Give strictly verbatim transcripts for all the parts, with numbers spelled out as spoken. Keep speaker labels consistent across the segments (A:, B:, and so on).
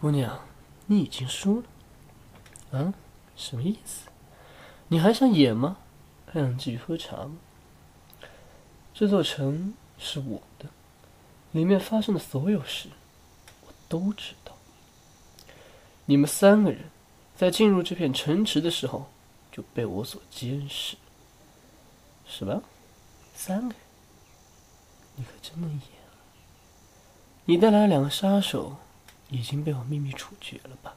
A: 姑娘，你已经输了。啊？什么意思？你还想演吗？还想继续喝茶吗？这座城是我的，里面发生的所有事，我都知道。你们三个人在进入这片城池的时候，就被我所监视。什么？三个人？你可真能演啊！你带来两个杀手，已经被我秘密处决了吧？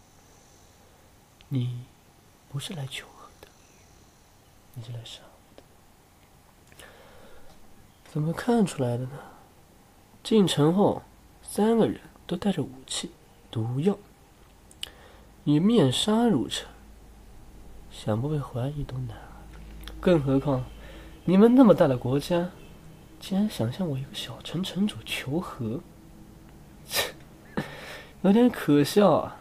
A: 你不是来求和的，你是来杀我的。怎么看出来的呢？进城后，三个人都带着武器、毒药，以面纱入城，想不被怀疑都难了。更何况，你们那么大的国家，竟然想向我一个小城城主求和，有点可笑啊！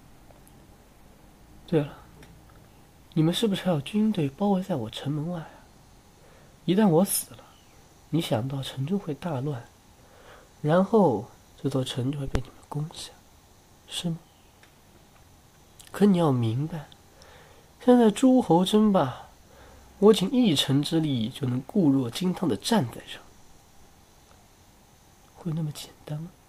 A: 对了，你们是不是还有军队包围在我城门外啊？一旦我死了，你想到城中会大乱，然后这座城就会被你们攻下，是吗？可你要明白，现在诸侯争霸，我仅一城之力就能固若金汤的站在这，会那么简单吗？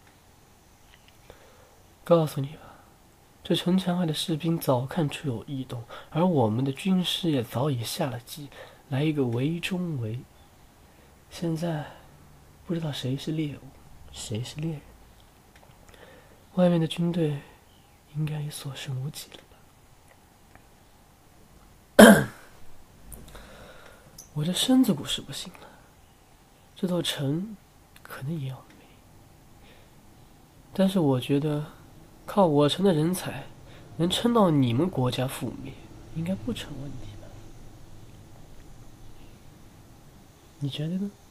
A: 告诉你吧，这城墙外的士兵早看出有异动，而我们的军师也早已下了计，来一个围中围。现在不知道谁是猎物，谁是猎人。外面的军队应该也所剩无几了吧？我这身子骨是不行了，这座城可能也要没。但是我觉得，靠我城的人才能撑到你们国家覆灭，应该不成问题吧？你觉得呢？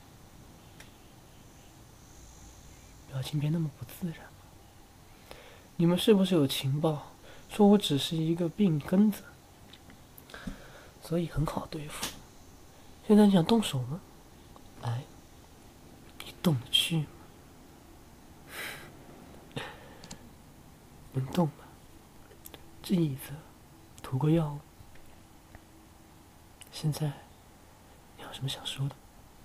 A: 表情别那么不自然嘛。你们是不是有情报说我只是一个病根子，所以很好对付？现在你想动手吗？来，你动得去吗？能动吗？这椅子涂过药，现在你有什么想说的？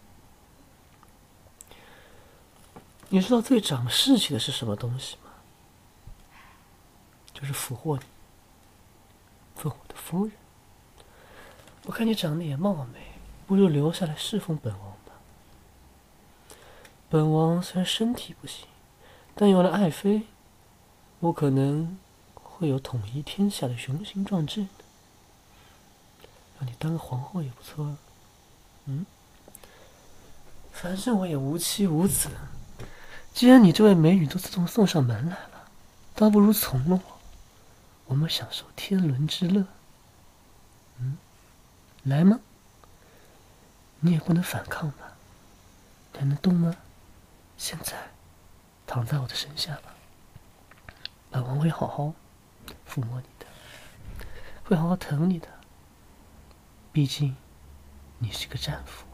A: 你知道最长士气的是什么东西吗？就是俘获你，做我的夫人。我看你长得也貌美，不如留下来侍奉本王吧。本王虽然身体不行，但有了爱妃，我可能会有统一天下的雄心壮志呢。让你当个皇后也不错啊。嗯，反正我也无妻无子，既然你这位美女都自动送上门来了，倒不如从了我，我们享受天伦之乐。嗯，来吗？你也不能反抗吧？还能动吗？现在，躺在我的身下吧。本王会好好抚摸你的，会好好疼你的。毕竟，你是个战俘。